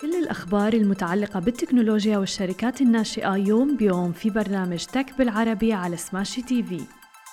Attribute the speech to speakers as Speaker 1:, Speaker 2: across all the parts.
Speaker 1: كل الأخبار المتعلقة بالتكنولوجيا والشركات الناشئة يوم بيوم في برنامج تك بالعربي على سماشي تي في.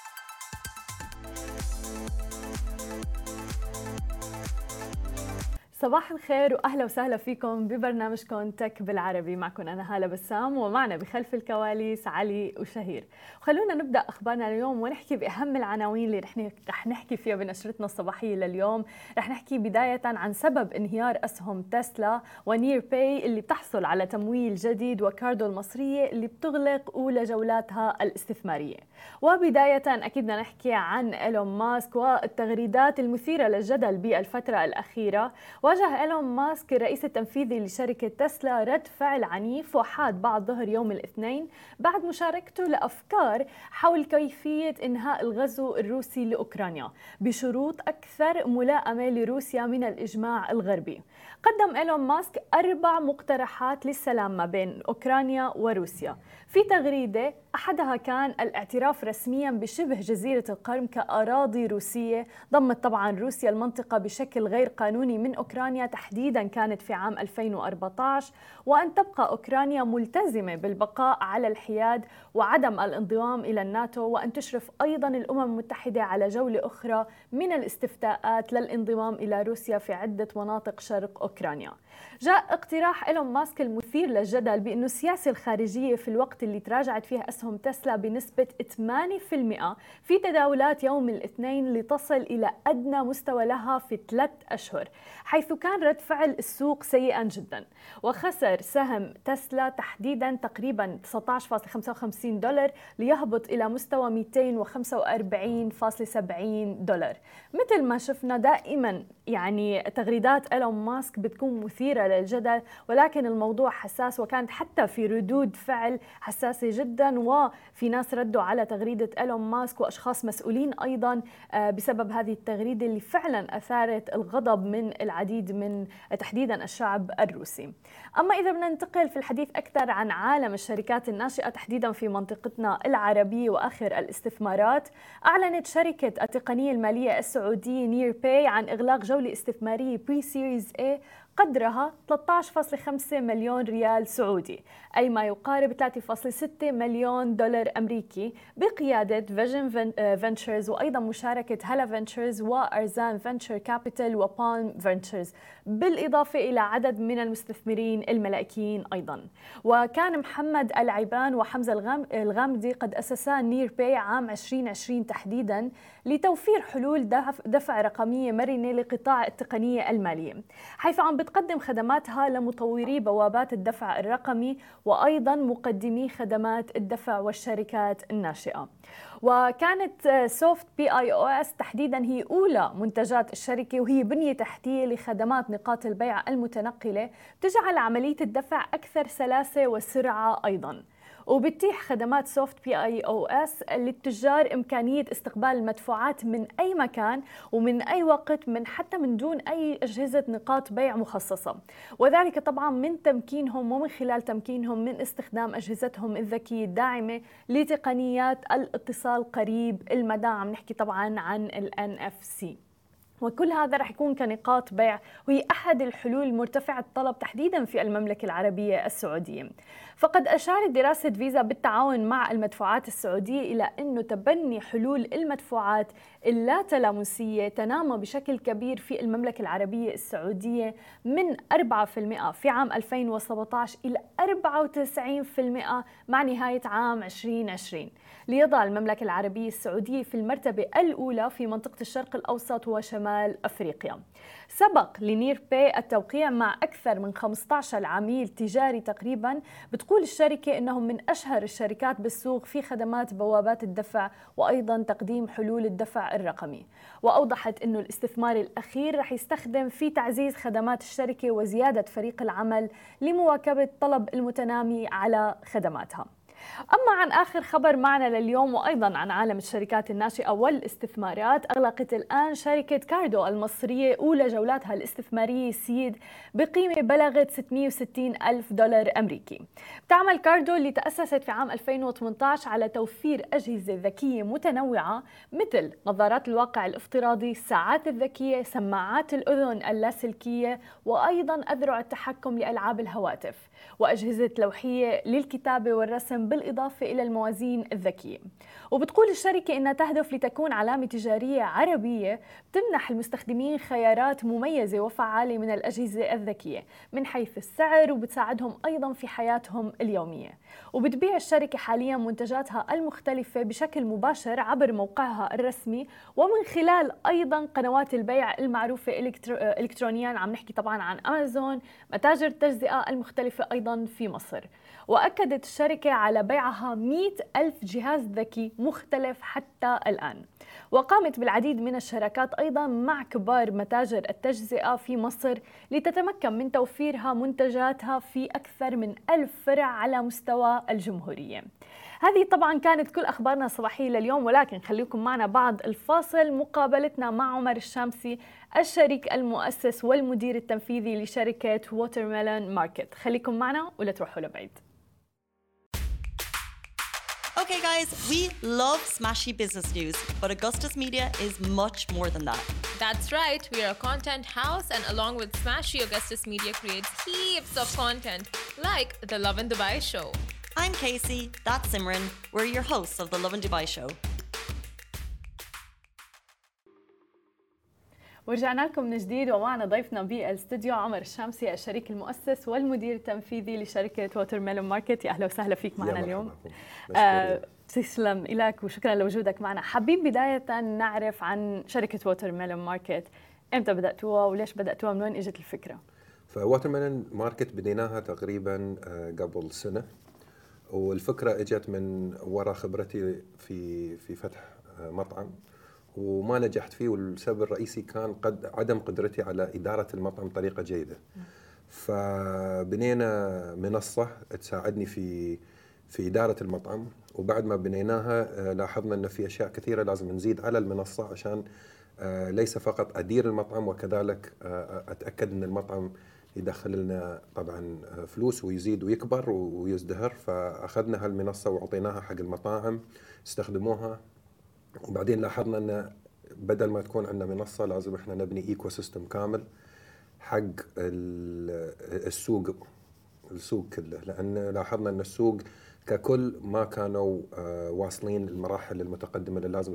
Speaker 1: صباح الخير وأهلا وسهلا فيكم ببرنامجكم تك بالعربي. معكم أنا هالة بسام ومعنا بخلف الكواليس علي وشهير. خلونا نبدأ أخبارنا اليوم ونحكي بأهم العناوين اللي رح نحكي فيها بنشرتنا الصباحية لليوم. رح نحكي بداية عن سبب انهيار أسهم تسلا ونير باي اللي بتحصل على تمويل جديد وكاردو المصرية اللي بتغلق أولى جولاتها الاستثمارية. وبداية أكيد بدنا نحكي عن إيلون ماسك والتغريدات المثيرة للجدل بالفترة الأخيرة. واجه إيلون ماسك الرئيس التنفيذي لشركة تسلا رد فعل عنيف وحاد بعد ظهر يوم الاثنين بعد مشاركته لأفكار حول كيفية إنهاء الغزو الروسي لأوكرانيا بشروط أكثر ملائمة لروسيا من الإجماع الغربي. قدم إيلون ماسك 4 مقترحات للسلام ما بين أوكرانيا وروسيا. في تغريدة أحدها كان الاعتراف رسميا بشبه جزيرة القرم كأراضي روسية. ضمت طبعا روسيا المنطقة بشكل غير قانوني من أوكرانيا، تحديدا كانت في عام 2014، وأن تبقى أوكرانيا ملتزمة بالبقاء على الحياد وعدم الانضمام إلى الناتو، وأن تشرف أيضا الأمم المتحدة على جولة أخرى من الاستفتاءات للانضمام إلى روسيا في عدة مناطق شرق أوكرانيا. جاء اقتراح إيلون ماسك المثير للجدل بأنه السياسة الخارجية في الوقت اللي تراجعت فيها أسهم تسلا بنسبة 8% في تداولات يوم الاثنين لتصل إلى أدنى مستوى لها في 3 أشهر، حيث كان رد فعل السوق سيئا جدا، وخسر سهم تسلا تحديدا تقريبا $19.55 ليهبط إلى مستوى $245.70. مثل ما شفنا دائما يعني تغريدات إيلون ماسك بتكون مثيرة للجدل، ولكن الموضوع حساس، وكانت حتى في ردود فعل حساسة جدا، وفي ناس ردوا على تغريدة إيلون ماسك وأشخاص مسؤولين أيضا بسبب هذه التغريدة اللي فعلا أثارت الغضب من العديد من تحديدا الشعب الروسي. أما إذا بدنا ننتقل في الحديث أكثر عن عالم الشركات الناشئة تحديدا في منطقتنا العربية وآخر الاستثمارات، أعلنت شركة التقنية المالية السعودية نير باي عن إغلاق جولة استثمارية بري سيريز A قدرها 13.5 مليون ريال سعودي، أي ما يقارب 3.6 مليون دولار أمريكي، بقيادة فيجن فينتشرز وأيضا مشاركة هلا فينتشرز وأرزان فينتشر كابيتال وبالم فينتشرز، بالإضافة إلى عدد من المستثمرين الملائكيين أيضا. وكان محمد العيبان وحمزة الغامدي قد أسسا نير باي عام 2020 تحديدا لتوفير حلول دفع رقمية مرنة لقطاع التقنية المالية، حيث عم بتقدم خدماتها لمطوري بوابات الدفع الرقمي وأيضا مقدمي خدمات الدفع والشركات الناشئة. وكانت سوفت بي اي او اس تحديدا هي أولى منتجات الشركة، وهي بنية تحتية لخدمات نقاط البيع المتنقلة تجعل عملية الدفع أكثر سلاسة وسرعة أيضا. وبتتيح خدمات سوفت بي اي او اس للتجار إمكانية استقبال المدفوعات من أي مكان ومن أي وقت، حتى من دون أي أجهزة نقاط بيع مخصصة، وذلك طبعا من تمكينهم ومن خلال تمكينهم من استخدام أجهزتهم الذكية الداعمة لتقنيات الاتصال قريب المدى. عم نحكي طبعا عن ال NFC، وكل هذا رح يكون كنقاط بيع، وهي أحد الحلول مرتفعة الطلب تحديدا في المملكة العربية السعودية. فقد أشارت دراسة فيزا بالتعاون مع المدفوعات السعودية إلى أنه تبني حلول المدفوعات اللا تلامسية تنامى بشكل كبير في المملكة العربية السعودية من 4% في عام 2017 إلى 94% مع نهاية عام 2020، ليضع المملكة العربية السعودية في المرتبة الأولى في منطقة الشرق الأوسط وشمال أفريقيا. سبق لنير باي التوقيع مع أكثر من 15 عميل تجاري تقريبا. بتقول الشركة أنهم من أشهر الشركات بالسوق في خدمات بوابات الدفع وأيضا تقديم حلول الدفع الرقمي. وأوضحت أنه الاستثمار الأخير رح يستخدم في تعزيز خدمات الشركة وزيادة فريق العمل لمواكبة الطلب المتنامي على خدماتها. أما عن آخر خبر معنا لليوم وأيضا عن عالم الشركات الناشئة والاستثمارات، أغلقت الآن شركة كاردو المصرية أولى جولاتها الاستثمارية سيد بقيمة بلغت $660,000 أمريكي. تعمل كاردو اللي تأسست في عام 2018 على توفير أجهزة ذكية متنوعة مثل نظارات الواقع الافتراضي، الساعات الذكية، سماعات الأذن اللاسلكية، وأيضا أذرع التحكم لألعاب الهواتف، وأجهزة لوحية للكتابة والرسم، بالإضافة إلى الموازين الذكية. وبتقول الشركة إنها تهدف لتكون علامة تجارية عربية تمنح المستخدمين خيارات مميزة وفعالة من الأجهزة الذكية من حيث السعر، وبتساعدهم أيضا في حياتهم اليومية. وبتبيع الشركة حاليا منتجاتها المختلفة بشكل مباشر عبر موقعها الرسمي، ومن خلال أيضا قنوات البيع المعروفة إلكترونيا. عم نحكي طبعا عن أمازون، متاجر التجزئة المختلفة أيضا في مصر. وأكدت الشركة على بيعها 100,000 جهاز ذكي مختلف حتى الآن. وقامت بالعديد من الشراكات أيضا مع كبار متاجر التجزئة في مصر لتتمكن من توفيرها منتجاتها في أكثر من 1000 فرع على مستوى الجمهورية. هذه طبعا كانت كل أخبارنا الصباحية لليوم، ولكن خليكم معنا بعد الفاصل مقابلتنا مع عمر الشامسي، الشريك المؤسس والمدير التنفيذي لشركة ووترميلون ماركت. خليكم معنا ولا تروحوا لبعيد.
Speaker 2: Okay guys, we love smashy business news, but Augustus Media is much more than that.
Speaker 3: That's right, we are a content house, and along with Smashy, Augustus Media creates heaps of content, like the Love in Dubai show.
Speaker 2: I'm Casey, that's Simran. We're your hosts of the Love in Dubai show.
Speaker 1: ورجعنا لكم من جديد، ومعنا ضيفنا بالاستوديو عمر الشامسي، الشريك المؤسس والمدير التنفيذي لشركة ووترميلون ماركت. يا أهلا وسهلا فيك معنا اليوم. تسلم لك وشكرا لوجودك معنا. حابين بداية نعرف عن شركة ووترميلون ماركت، إمتى بدأتوها وليش بدأتوها، من وين إجت الفكرة؟
Speaker 4: فووترميلون ماركت بديناها تقريبا قبل سنة، والفكرة اجت من وراء خبرتي في فتح مطعم وما نجحت فيه، والسبب الرئيسي كان عدم قدرتي على إدارة المطعم بطريقة جيدة. فبنينا منصة تساعدني في إدارة المطعم، وبعد ما بنيناها لاحظنا أن في أشياء كثيرة لازم نزيد على المنصة عشان ليس فقط أدير المطعم، وكذلك أتأكد أن المطعم يدخل لنا طبعا فلوس ويزيد ويكبر ويزدهر. فأخذنا هالمنصة وعطيناها حق المطاعم استخدموها، وبعدين لاحظنا أن بدل ما تكون عندنا منصة لازم إحنا نبني إيكو سيستم كامل حق السوق كله، لأن لاحظنا أن السوق ككل ما كانوا واصلين المراحل المتقدمة اللي لازم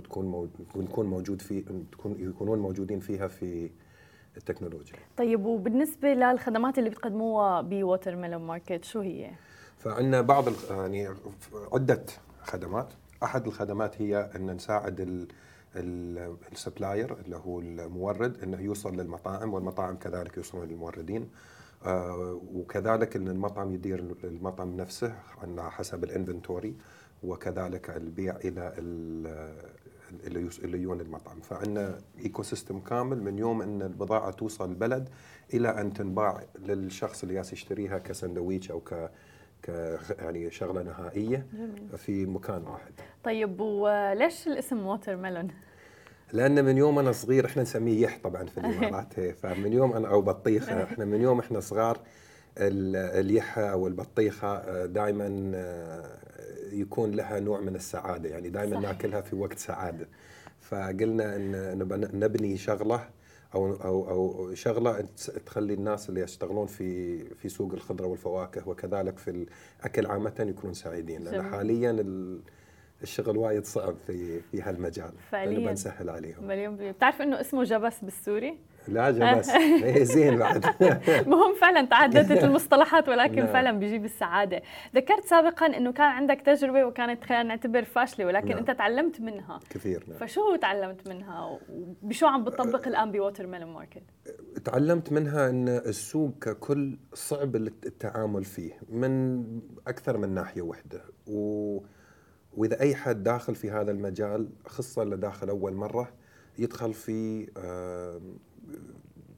Speaker 4: يكونون موجودين فيها في التكنولوجيا.
Speaker 1: طيب، وبالنسبة للخدمات اللي بتقدموها بووترميلون ماركت شو هي؟
Speaker 4: فعندنا بعض يعني عدة خدمات. أحد الخدمات هي أن نساعد السبلاير اللي هو المورد أنه يوصل للمطاعم، والمطاعم كذلك يوصلون للموردين، وكذلك أن المطعم يدير المطعم نفسه على حسب الانفنتوري، وكذلك البيع إلى اللي يجون المطعم. فعندنا ايكو سيستم كامل من يوم أن البضاعة توصل البلد إلى أن تنباع للشخص اللي يشتريها كسندويتش أو يعني شغلة نهائية في مكان واحد.
Speaker 1: طيب، وليش الاسم ووترميلون؟
Speaker 4: لأن من يوم أنا صغير، إحنا نسميه يح طبعا في الإمارات، فمن يوم أنا أو بطيخة، إحنا من يوم إحنا صغار اليحة أو البطيخة دائما يكون لها نوع من السعادة، يعني دائما ناكلها في وقت سعادة. فقلنا إن نبني شغلة أو شغلة تخلي الناس اللي يشتغلون في سوق الخضرة والفواكه وكذلك في الأكل عامة يكونون سعيدين، لأن حاليا الشغل وايد صعب في هالمجال، فعليا بنسهل عليهم.
Speaker 1: مليون بالمية. بتعرف إنه اسمه جبس بالسوري؟
Speaker 4: لا جبس زين بعد.
Speaker 1: مهم فعلا تعددت المصطلحات، ولكن فعلا بيجيب السعادة. ذكرت سابقا إنه كان عندك تجربة وكانت خلينا نعتبر فاشلة، ولكن أنت تعلمت منها
Speaker 4: كثير.
Speaker 1: فشو تعلمت منها وبشو عم بتطبق الآن بووترميلون ماركت؟
Speaker 4: تعلمت منها أن السوق ككل صعب التعامل فيه من أكثر من ناحية واحدة، وإذا أي حد داخل في هذا المجال، خصوصا اللي داخل أول مرة، يدخل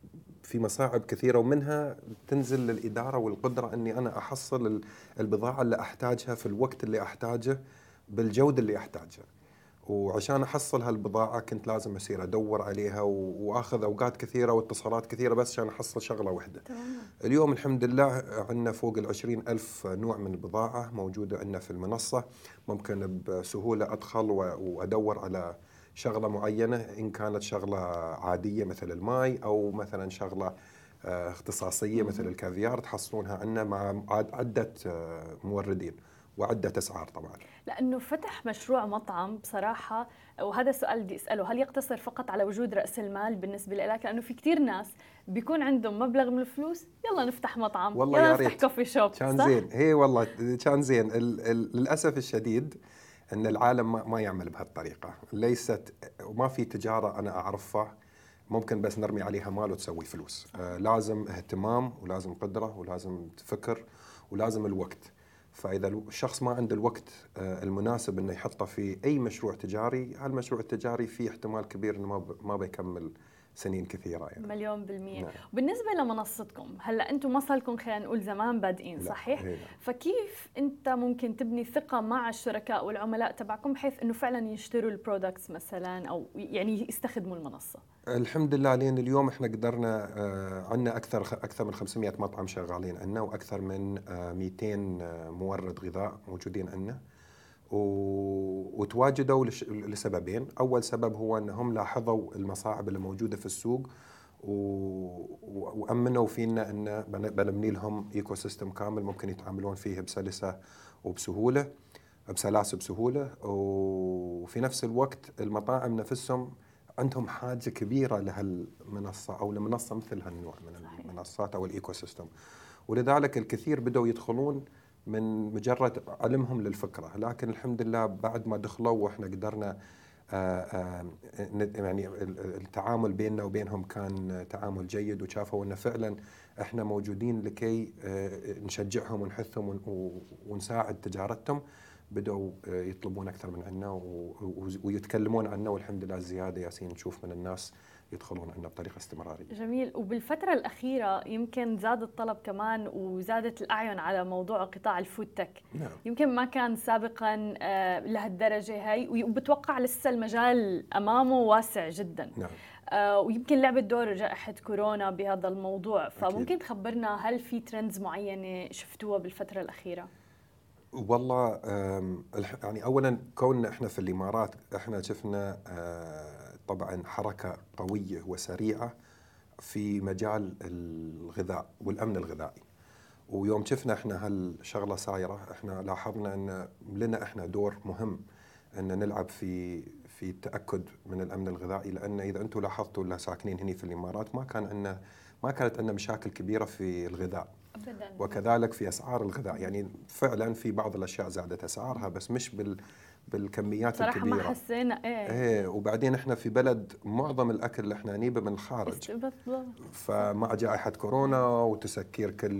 Speaker 4: في مصاعب كثيرة، ومنها تنزل للإدارة والقدرة أني أنا أحصل البضاعة اللي أحتاجها في الوقت اللي أحتاجه بالجودة اللي أحتاجها. وعشان أحصل هالبضاعة كنت لازم أسير أدور عليها وأخذ أوقات كثيرة واتصالات كثيرة بس عشان أحصل شغلة واحدة. اليوم الحمد لله عندنا فوق 20,000 نوع من البضاعة موجودة عندنا في المنصة، ممكن بسهولة أدخل وأدور على شغلة معينة، إن كانت شغلة عادية مثل الماء أو مثلا شغلة اختصاصية مثل الكافيار، تحصلونها عندنا مع عدة موردين وعدة أسعار طبعا.
Speaker 1: لأنه فتح مشروع مطعم بصراحة، وهذا السؤال بدي أسأله، هل يقتصر فقط على وجود رأس المال بالنسبة لك؟ لأنه في كتير ناس بيكون عندهم مبلغ من الفلوس، يلا نفتح مطعم،
Speaker 4: والله
Speaker 1: يلا
Speaker 4: يا
Speaker 1: نفتح
Speaker 4: ريت.
Speaker 1: كوفي شوب.
Speaker 4: كان زين، هي والله كان زين. للأسف الشديد أن العالم ما يعمل بهالطريقة، ليست وما في تجارة أنا أعرفها ممكن بس نرمي عليها مال وتسوي فلوس. لازم اهتمام ولازم قدرة ولازم فكر ولازم الوقت. فإذا الشخص ما عنده الوقت المناسب أنه يحطه في أي مشروع تجاري، هالمشروع التجاري فيه احتمال كبير أنه ما بيكمل سنين كثيرة يعني.
Speaker 1: 1,000,000%.
Speaker 4: نعم.
Speaker 1: وبالنسبة لمنصتكم، هلا أنتم ما صار لكم خلينا نقول زمان بادئين، صحيح؟
Speaker 4: نعم.
Speaker 1: فكيف أنت ممكن تبني ثقة مع الشركاء والعملاء تبعكم بحيث أنه فعلا يشتروا البرودكتس مثلا أو يعني يستخدموا المنصة؟
Speaker 4: الحمد لله لين اليوم احنا قدرنا، عندنا اكثر من 500 مطعم شغالين عندنا، واكثر من 200 مورد غذاء موجودين عندنا، وتواجدوا لسببين. اول سبب هو انهم لاحظوا المصاعب اللي موجوده في السوق وامنوا فينا ان بنبني لهم ايكو سيستم كامل ممكن يتعاملون فيه بسلاسه وبسهوله، وفي نفس الوقت المطاعم نفسهم عندهم حاجة كبيرة لهالمنصة أو لمنصة مثل هالنوع من المنصات أو الإيكو سيستم، ولذلك الكثير بدأوا يدخلون من مجرد علمهم للفكرة. لكن الحمد لله بعد ما دخلوا وإحنا قدرنا يعني التعامل بيننا وبينهم كان تعامل جيد، وشافوا أن فعلا إحنا موجودين لكي نشجعهم ونحثهم ونساعد تجارتهم. بدأوا يطلبون أكثر من عنا ويتكلمون عنا، والحمد لله الزيادة ياسين نشوف من الناس يدخلون عنا بطريقة استمرارية.
Speaker 1: جميل. وبالفترة الأخيرة يمكن زاد الطلب كمان وزادت الأعين على موضوع قطاع الفود تك.
Speaker 4: نعم.
Speaker 1: يمكن ما كان سابقا لهالدرجة هاي، وبتوقع لسه المجال أمامه واسع جدا.
Speaker 4: نعم.
Speaker 1: ويمكن لعبت دور جائحة كورونا بهذا الموضوع، فممكن
Speaker 4: أكيد.
Speaker 1: تخبرنا هل في ترندز معينة شفتوها بالفترة الأخيرة؟
Speaker 4: والله يعني أولا كوننا إحنا في الإمارات إحنا شفنا طبعا حركة قوية وسريعة في مجال الغذاء والأمن الغذائي، ويوم شفنا إحنا هالشغلة صايرة إحنا لاحظنا أن لنا إحنا دور مهم أن نلعب في التأكد من الأمن الغذائي. لأن إذا أنتم لاحظتوا اللي ساكنين هنا في الإمارات ما كانت عندنا مشاكل كبيرة في الغذاء
Speaker 1: أبداً.
Speaker 4: وكذلك في أسعار الغذاء. يعني فعلا في بعض الأشياء زادت أسعارها بس مش بالكميات
Speaker 1: صراحة
Speaker 4: الكبيرة.
Speaker 1: ما حسينا
Speaker 4: إيه. وبعدين إحنا في بلد معظم الأكل اللي إحنا نجيبه من الخارج، فمع جائحة كورونا وتسكير كل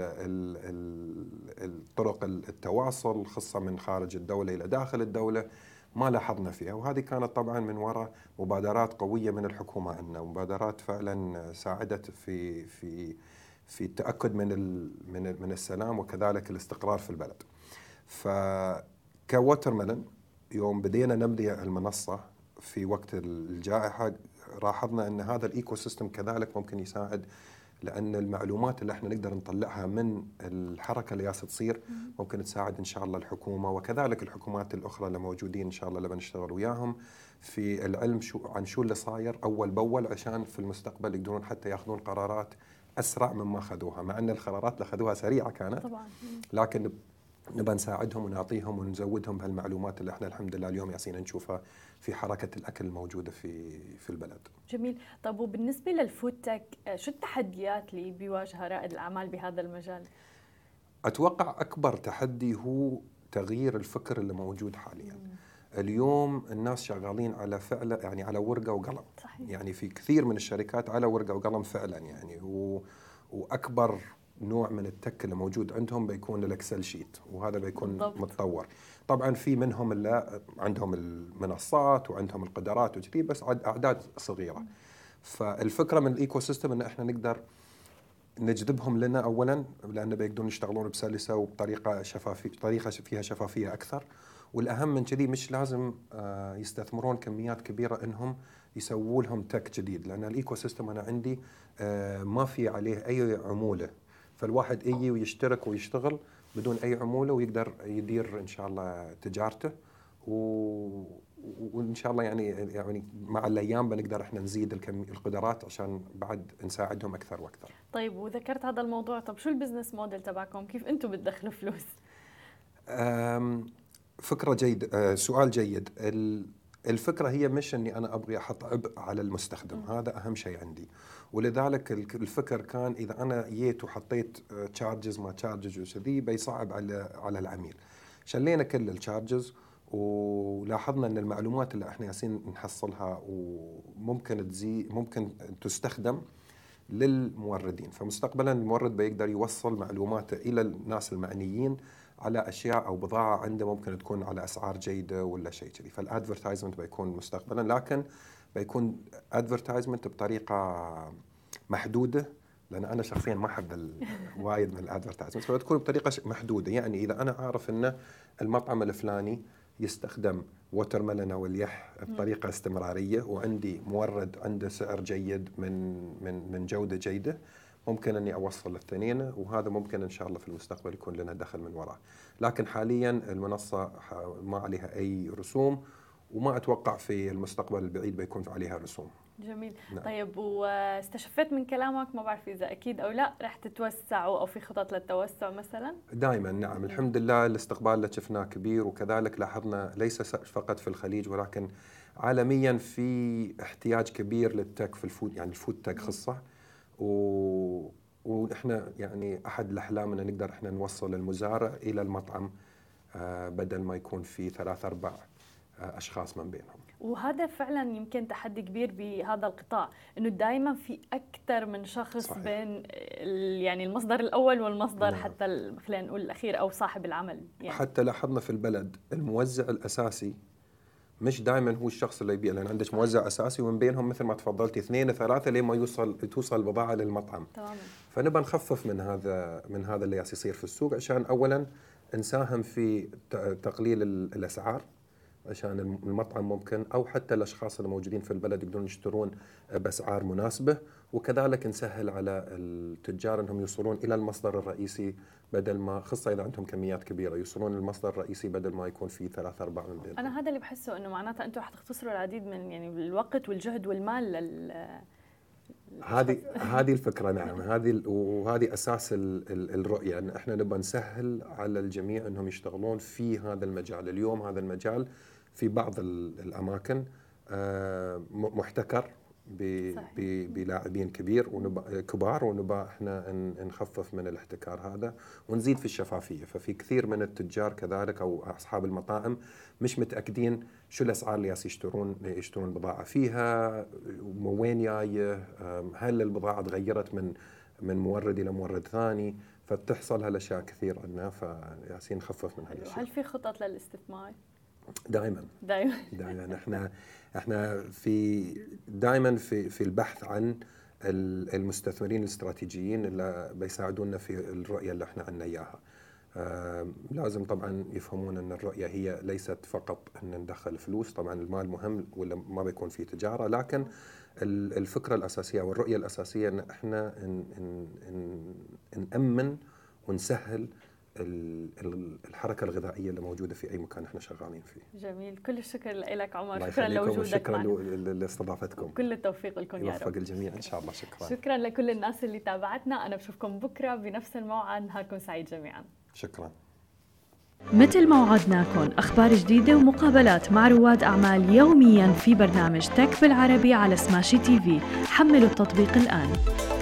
Speaker 4: الطرق التواصل خاصة من خارج الدولة إلى داخل الدولة ما لاحظنا فيها. وهذه كانت طبعا من وراء مبادرات قوية من الحكومة عندنا، مبادرات فعلا ساعدت في التأكد من السلام وكذلك الاستقرار في البلد. فكوترملن يوم بدينا نبني المنصة في وقت الجائحة لاحظنا أن هذا الإيكو سيستم كذلك ممكن يساعد، لأن المعلومات اللي احنا نقدر نطلعها من الحركة اللي جالسة تصير ممكن تساعد إن شاء الله الحكومة وكذلك الحكومات الأخرى اللي موجودين إن شاء الله اللي بنشتغل وياهم في العلم عن شو اللي صاير أول بأول، عشان في المستقبل يقدرون حتى يأخذون قرارات أسرع مما أخذوها، مع أن القرارات اللي أخذوها سريعة كانت
Speaker 1: طبعا.
Speaker 4: لكن نبى نساعدهم ونعطيهم ونزودهم بهالمعلومات اللي احنا الحمد لله اليوم ياسين نشوفها في حركة الأكل الموجودة في البلد.
Speaker 1: جميل. طب وبالنسبة للفود تك شو التحديات اللي بيواجهها رائد الأعمال بهذا المجال؟
Speaker 4: أتوقع أكبر تحدي هو تغيير الفكر اللي موجود حاليا. اليوم الناس شغالين على فعل يعني على ورقة وقلم.
Speaker 1: صحيح.
Speaker 4: يعني في كثير من الشركات على ورقة وقلم فعلا يعني وأكبر نوع من التك اللي موجود عندهم بيكون الأكسل شيت، وهذا بيكون
Speaker 1: بالضبط.
Speaker 4: متطور. طبعا في منهم اللي عندهم المنصات وعندهم القدرات وكذي بس أعداد صغيرة. فالفكره من الايكو سيستم ان احنا نقدر نجذبهم لنا اولا، لان بيقدرون يشتغلون بسلسه وبطريقه طريقه فيها شفافيه اكثر. والاهم من كذي مش لازم يستثمرون كميات كبيره انهم يسووا لهم تك جديد، لان الايكو سيستم انا عندي ما في عليه اي عموله، فالواحد يجي ويشترك ويشتغل بدون اي عموله ويقدر يدير ان شاء الله تجارته، وان شاء الله يعني مع الايام بنقدر احنا نزيد القدرات عشان بعد نساعدهم اكثر واكثر.
Speaker 1: طيب وذكرت هذا الموضوع، طب شو البزنس موديل تبعكم؟ كيف انتم بتدخلوا فلوس؟
Speaker 4: فكره جيد، سؤال جيد. الفكره هي مش اني انا ابغي احط عبء على المستخدم، هذا اهم شيء عندي، ولذلك الفكر كان اذا انا جيت وحطيت تشارجز ما تشارجز وكذي بيصعب على العميل. شلينا كل التشارجز ولاحظنا ان المعلومات اللي احنا ياسين نحصلها وممكن ممكن تستخدم للموردين، فمستقبلا المورد بيقدر يوصل معلوماته الى الناس المعنيين على اشياء او بضاعه عنده ممكن تكون على اسعار جيده ولا شيء كذي. فالادفرتايزمنت بيكون مستقبلا، لكن بيكون ادفرتايزمنت بطريقه محدوده، لان انا شخصيا ما احب وايد من الادفرتايزمنت، فبتكون بطريقه محدوده. يعني اذا انا اعرف ان المطعم الفلاني يستخدم ووتر ميلون او اليح بطريقه استمراريه وعندي مورد عنده سعر جيد من جوده جيده، ممكن اني اوصل للثنين، وهذا ممكن ان شاء الله في المستقبل يكون لنا دخل من وراء. لكن حاليا المنصه ما عليها اي رسوم، وما اتوقع في المستقبل البعيد بيكون عليها رسوم.
Speaker 1: جميل. نعم. طيب واستشفيت من كلامك، ما بعرف اذا اكيد او لا، رح تتوسعوا او في خطط للتوسع مثلا؟
Speaker 4: دائما نعم، الحمد لله الاستقبال اللي شفناه كبير، وكذلك لاحظنا ليس فقط في الخليج ولكن عالميا في احتياج كبير للتك في الفود، يعني الفود تك خصه، واحنا يعني احد الاحلام ان نقدر احنا نوصل المزارع الى المطعم بدل ما يكون في 3-4 اشخاص من بينهم.
Speaker 1: وهذا فعلا يمكن تحدي كبير بهذا القطاع، انه دائما في اكثر من شخص. صحيح. بين يعني المصدر الاول والمصدر. نعم. حتى خلينا نقول الاخير او صاحب العمل يعني. حتى
Speaker 4: لاحظنا في البلد الموزع الاساسي مش دائما هو الشخص اللي يبيع، لان عندك موزع اساسي ومن بينهم مثل ما تفضلتي 2-3 لين ما توصل البضاعه للمطعم. تماما. فنبى نخفف من هذا اللي يصير في السوق، عشان اولا نساهم في تقليل الاسعار، عشان المطعم ممكن او حتى الاشخاص اللي موجودين في البلد يقدرون يشترون باسعار مناسبه، وكذلك نسهل على التجار انهم يوصلون الى المصدر الرئيسي، بدل ما خاصه اذا عندهم كميات كبيره يوصلون للمصدر الرئيسي بدل ما يكون في 3-4 من بينهم.
Speaker 1: انا هذا اللي بحسه، انه معناتها انتم حتختصروا العديد من يعني الوقت والجهد والمال
Speaker 4: هذه الفكره. نعم، وهذه اساس الرؤيه، ان احنا نبغى نسهل على الجميع انهم يشتغلون في هذا المجال. اليوم هذا المجال في بعض الاماكن محتكر بلاعبين كبار، ونبغى احنا نخفف من الاحتكار هذا ونزيد في الشفافيه. ففي كثير من التجار كذلك او اصحاب المطاعم مش متاكدين شو الاسعار اللي يشترون البضاعه فيها، وين جايه، هل البضاعه تغيرت من مورد الى مورد ثاني، فتحصل هالاشياء كثير عندنا، فياسين نخفف من هالاشياء.
Speaker 1: هل في خطط للاستثمار؟
Speaker 4: دائما احنا دائما في البحث عن المستثمرين الاستراتيجيين اللي بيساعدونا في الرؤيه اللي احنا عندنا اياها. لازم طبعا يفهمون ان الرؤيه هي ليست فقط ان ندخل فلوس، طبعا المال مهم ولا ما بيكون في تجاره، لكن الفكره الاساسيه والرؤيه الاساسيه ان احنا نأمن ونسهل الحركة الغذائية اللي موجودة في أي مكان احنا شغالين فيه.
Speaker 1: جميل، كل الشكر لك عمر، شكرا لوجودك معنا،
Speaker 4: شكرا لاستضافتكم،
Speaker 1: كل التوفيق لكم يا رب،
Speaker 4: يوفق الجميع إن شاء الله.
Speaker 1: شكرا لكل الناس اللي تابعتنا، أنا بشوفكم بكرة بنفس الموعد، نهاركم سعيد جميعا.
Speaker 4: شكرا.
Speaker 1: مثل ما وعدناكم، أخبار جديدة ومقابلات مع رواد أعمال يوميا في برنامج تك بالعربي على سماشي TV. حملوا التطبيق الآن.